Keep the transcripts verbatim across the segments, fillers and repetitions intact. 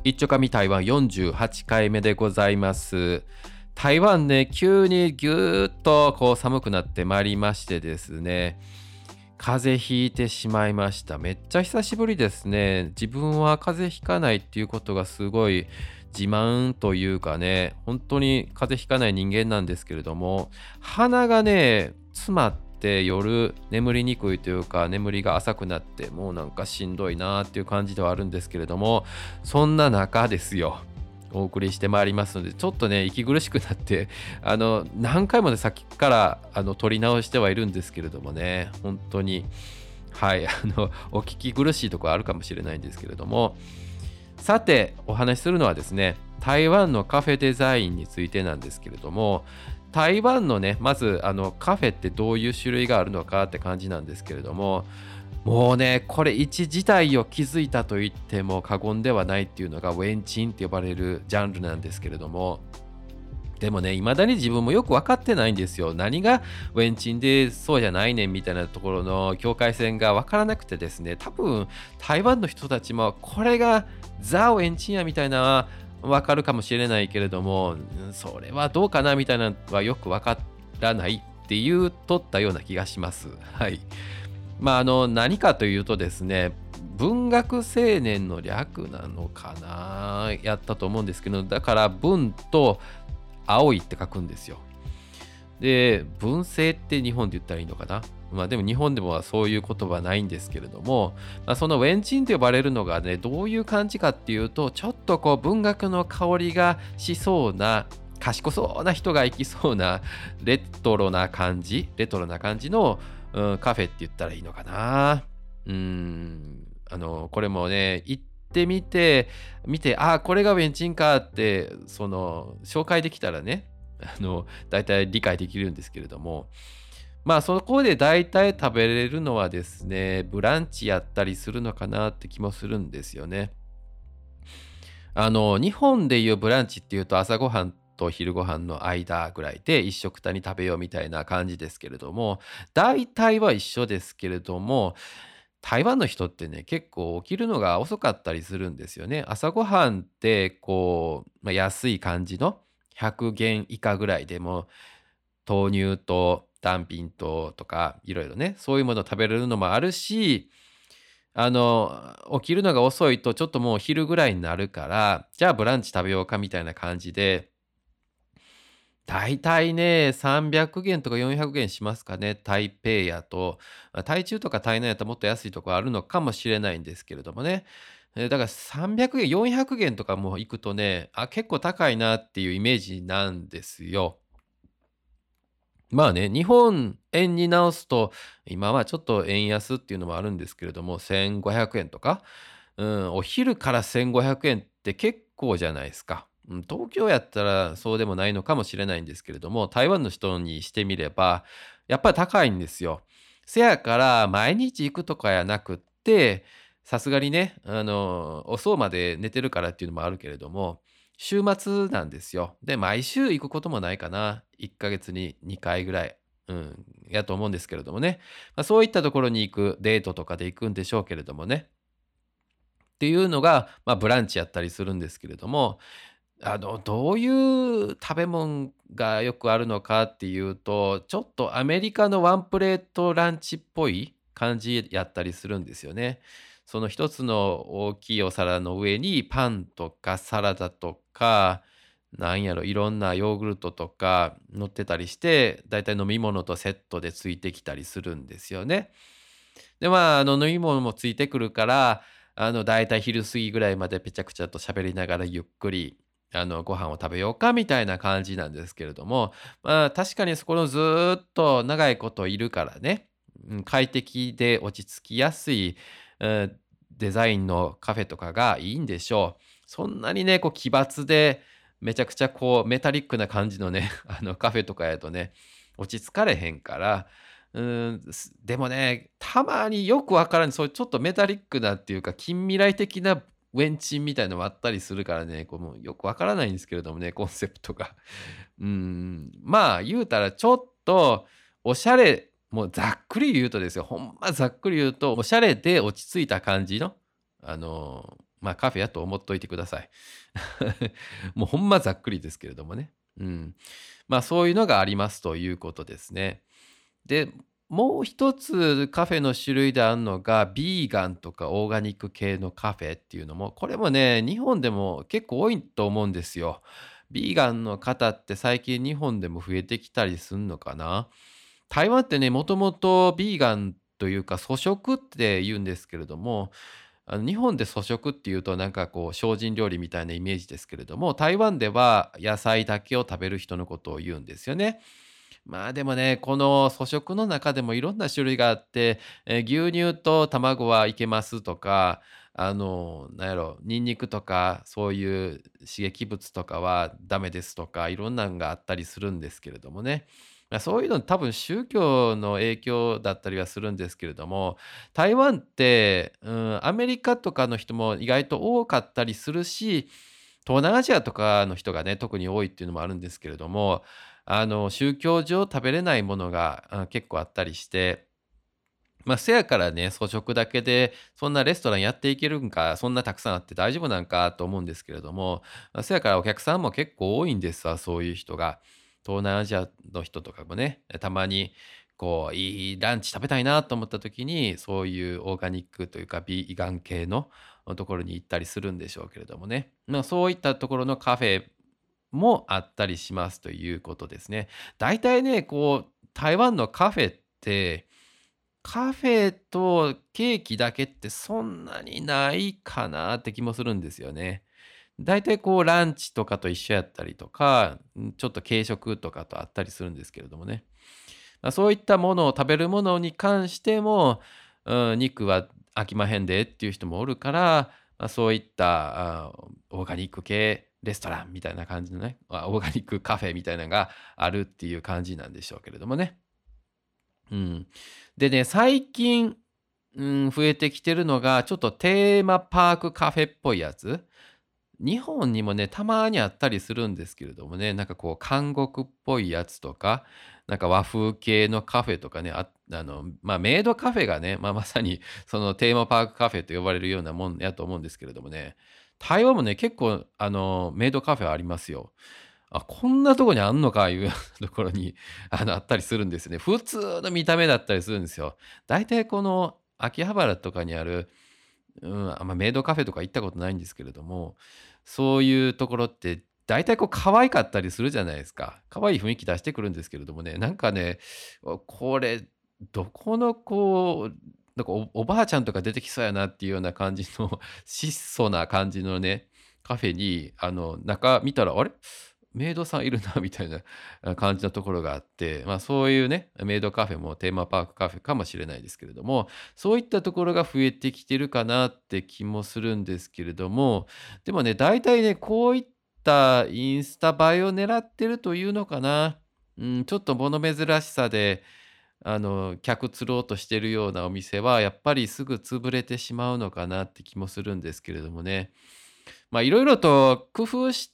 一丁紙台湾よんじゅうはちかいめでございます。台湾ね、急にぎゅーっとこう寒くなってまいりましてですね、風邪ひいてしまいました。めっちゃ久しぶりですね。自分は風邪ひかないっていうことがすごい自慢というかね、本当に風邪ひかない人間なんですけれども、鼻がね、詰まって夜眠りにくいというか、眠りが浅くなってもうなんかしんどいなっていう感じではあるんですけれども、そんな中ですよ。お送りしてまいりますので、ちょっとね、息苦しくなって、あの、何回もね、さっきからあの撮り直してはいるんですけれどもね、本当に、はい、あの、お聞き苦しいところあるかもしれないんですけれども、さて、お話しするのはですね、台湾のカフェデザインについてなんですけれども、台湾のね、まずあのカフェってどういう種類があるのかって感じなんですけれども、もうね、これ一時代を築いたと言っても過言ではないっていうのがウェンチンって呼ばれるジャンルなんですけれども、でもね、未だに自分もよく分かってないんですよ。何がウェンチンでそうじゃないねんみたいなところの境界線が分からなくてですね、多分台湾の人たちもこれがザ・ウェンチンやみたいなのは分かるかもしれないけれども、うんそれはどうかなみたいなのはよく分からないっていうとったような気がします。はい。まあ、あの何かというとですね、文学青年の略なのかなやったと思うんですけど、だから文と青いって書くんですよ。で、文政って日本で言ったらいいのかな。まあでも日本でもそういう言葉ないんですけれども、まあ、そのウェンチンと呼ばれるのがね、どういう感じかっていうと、ちょっとこう文学の香りがしそうな、賢そうな人が行きそうな、レトロな感じ、レトロな感じの、うん、カフェって言ったらいいのかな。うーん、あの、これもね、行ってみて、見て、ああ、これがウェンチンかって、その、紹介できたらね、あの、大体理解できるんですけれども、まあ、そこで大体食べれるのはですね、ブランチやったりするのかなって気もするんですよね。あの、日本でいうブランチっていうと朝ごはんと昼ごはんの間ぐらいで一食単に食べようみたいな感じですけれども、大体は一緒ですけれども、台湾の人ってね、結構起きるのが遅かったりするんですよね。朝ごはんって、こう、まあ、安い感じのひゃく元以下ぐらいでも、豆乳と単品ととか、いろいろね、そういうものを食べれるのもあるし、あの、起きるのが遅いとちょっともう昼ぐらいになるから、じゃあブランチ食べようかみたいな感じで、だいたいね、さんびゃく元とかよんひゃく元しますかね、台北やと。ま、台中とか台南やともっと安いとこあるのかもしれないんですけれどもね。え、だからさんびゃく元、よんひゃく元とかも行くとね、あ、結構高いなっていうイメージなんですよ。まあね、日本円に直すと、今はちょっと円安っていうのもあるんですけれども、せんごひゃくえんとか、うん、お昼からせんごひゃくえんって結構じゃないですか。うん、東京やったらそうでもないのかもしれないんですけれども、台湾の人にしてみれば、やっぱり高いんですよ。せやから毎日行くとかやなくって、さすがにね、あの、遅うまで寝てるからっていうのもあるけれども、週末なんですよ。で、毎週行くこともないかな。いっかげつににかいぐらい。うん、やと思うんですけれどもね。まあ、そういったところに行く、デートとかで行くんでしょうけれどもね。っていうのが、まあ、ブランチやったりするんですけれども、あの、どういう食べ物がよくあるのかっていうと、ちょっとアメリカのワンプレートランチっぽい感じやったりするんですよね。その一つの大きいお皿の上にパンとかサラダとか、なんやろ、いろんなヨーグルトとか乗ってたりして、だいたい飲み物とセットでついてきたりするんですよね。で、まあ、あの、飲み物もついてくるから、あの、だいたい昼過ぎぐらいまでぺちゃくちゃと喋りながらゆっくり、あの、ご飯を食べようかみたいな感じなんですけれども、まあ、確かにそこのずーっと長いこといるからね、うん、快適で落ち着きやすい、うん、デザインのカフェとかがいいんでしょう。そんなにね、こう奇抜で、めちゃくちゃこうメタリックな感じのね、あのカフェとかやとね、落ち着かれへんから、うーん、すでもね、たまによくわからん、そういうちょっとメタリックなっていうか、近未来的なウェンチンみたいのもあったりするからね、こうもうよくわからないんですけれどもね、コンセプトが。うーん、まあ、言うたらちょっとおしゃれ、もうざっくり言うとですよ、ほんまざっくり言うと、おしゃれで落ち着いた感じの、あの、 まあカフェやと思っといてください。もうほんまざっくりですけれどもね。うん。まあそういうのがありますということですね。で、もう一つカフェの種類であるのが、ビーガンとかオーガニック系のカフェっていうのも、これもね、日本でも結構多いと思うんですよ。ビーガンの方って最近日本でも増えてきたりすんのかな。台湾ってね、もともとビーガンというか粗食って言うんですけれども、あの日本で粗食っていうとなんかこう精進料理みたいなイメージですけれども、台湾では野菜だけを食べる人のことを言うんですよね。まあでもね、この粗食の中でもいろんな種類があって、えー牛乳と卵はいけますとか、あの、なんやろ、ニンニクとかそういう刺激物とかはダメですとか、いろんなのがあったりするんですけれどもね。まあそういうの多分宗教の影響だったりはするんですけれども、台湾って、うん、アメリカとかの人も意外と多かったりするし、東南アジアとかの人がね、特に多いっていうのもあるんですけれども、あの、宗教上食べれないものが、あ、結構あったりして、ま、せやからね、粗食だけでそんなレストランやっていけるんか、そんなたくさんあって大丈夫なんかと思うんですけれども、ま、せやからお客さんも結構多いんですわ、そういう人が。東南アジアの人とかもね、たまにこう、いいランチ食べたいなと思った時に、そういうオーガニックというか、ビーガン系のところに行ったりするんでしょうけれどもね。ま、そういったところのカフェもあったりしますということですね。大体ね、こう、台湾のカフェって、カフェとケーキだけってそんなにないかなって気もするんですよね。大体こうランチとかと一緒やったりとか、んちょっと軽食とかとあったりするんですけれどもね。まあ、そういったものを食べるものに関しても、うん、肉は飽きまへんでっていう人もおるから、まあ、そういったあオーガニック系レストランみたいな感じのね、あオーガニックカフェみたいなのがあるっていう感じなんでしょうけれどもね。うん。でね、最近、うん、増えてきてるのが、ちょっとテーマパークカフェっぽいやつ。日本にもね、たまにあったりするんですけれどもね、なんかこう、韓国っぽいやつとか、なんか和風系のカフェとかね、ああの、まあ、メイドカフェがね、まあ、まさにそのテーマパークカフェと呼ばれるようなもんやと思うんですけれどもね、台湾もね、結構、あの、メイドカフェありますよ。あ、こんなとこにあんのかいうようなところに、あの、あったりするんですね。普通の見た目だったりするんですよ。だいたいこの秋葉原とかにある、うん、あんまメイドカフェとか行ったことないんですけれども、そういうところって大体こう可愛かったりするじゃないですか。可愛い雰囲気出してくるんですけれどもね、なんかね、おこれどこのこう、なんかおおばあちゃんとか出てきそうやなっていうような感じの質素な感じのね、カフェに、あの、中見たら、あれ、メイドさんいるなみたいなあ感じのところがあって、まあ、そういうね、メイドカフェもテーマパークカフェかもしれないですけれども、そういったところが増えてきてるかなって気もするんですけれども、でもね、大体ね、こういったインスタ映えを狙ってるというのかな。うん、ちょっと物珍しさで、あの、客釣ろうとしてるようなお店は、やっぱりすぐ潰れてしまうのかなって気もするんですけれどもね。まあ、いろいろと工夫して、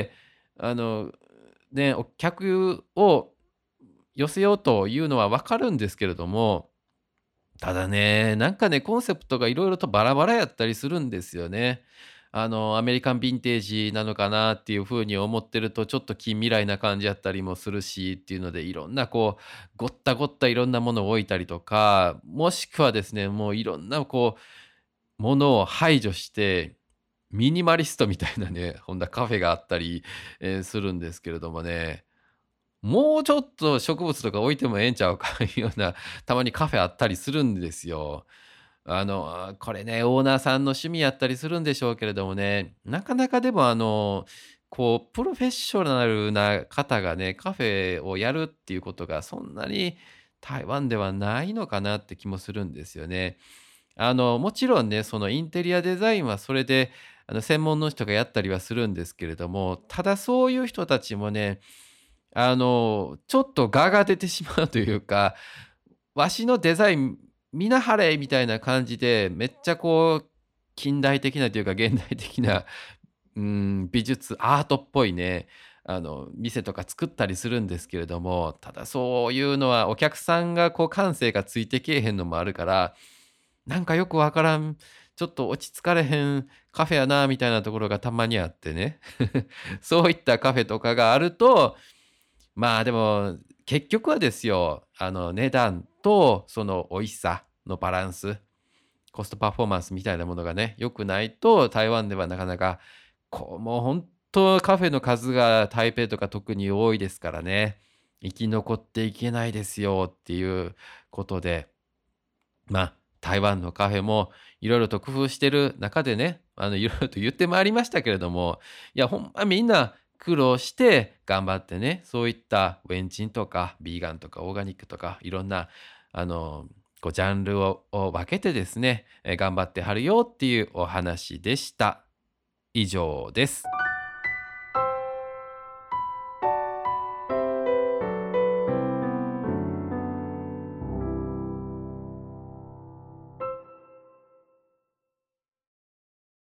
あの、ね、お客を寄せようというのは分かるんですけれども、ただね、なんかね、コンセプトがいろいろとバラバラやったりするんですよね。あの、アメリカンヴィンテージなのかなっていう風に思ってると、ちょっと近未来な感じやったりもするしっていうので、いろんなこう、ごったごったいろんなものを置いたりとか、もしくはですね、もういろんなこう、ものを排除して、ミニマリストみたいなね、ほんだカフェがあったり、えーするんですけれどもね、もうちょっと植物とか置いてもええんちゃうかいうような、たまにカフェあったりするんですよ。あの、これね、オーナーさんの趣味やったりするんでしょうけれどもね、なかなかでもあの、こう、プロフェッショナルな方がね、カフェをやるっていうことがそんなに台湾ではないのかなって気もするんですよね。あの、もちろんね、そのインテリアデザインはそれで、あの、専門の人がやったりはするんですけれども、ただそういう人たちもね、あの、ちょっと我が出てしまうというか、わしのデザイン見なはれみたいな感じで、めっちゃこう、近代的なというか現代的な、うん、美術、アートっぽいね、あの、店とか作ったりするんですけれども、ただそういうのはお客さんがこう感性がついてけえへんのもあるから、なんかよくわからん、 ちょっと落ち着かれへんカフェやなみたいなところがたまにあってねそういったカフェとかがあると、まあでも結局はですよ、あの値段とその美味しさのバランス、コストパフォーマンスみたいなものがね、良くないと台湾ではなかなか、こうもう本当カフェの数が台北とか特に多いですからね、生き残っていけないですよっていうことで、まあ台湾のカフェもいろいろと工夫してる中でね、あのいろいろと言ってまいりましたけれども、いやほんまみんな苦労して頑張ってね、そういったウェンチンとかビーガンとかオーガニックとかいろんなあのこうジャンルをを分けてですね、えー頑張ってはるよっていうお話でした。以上です。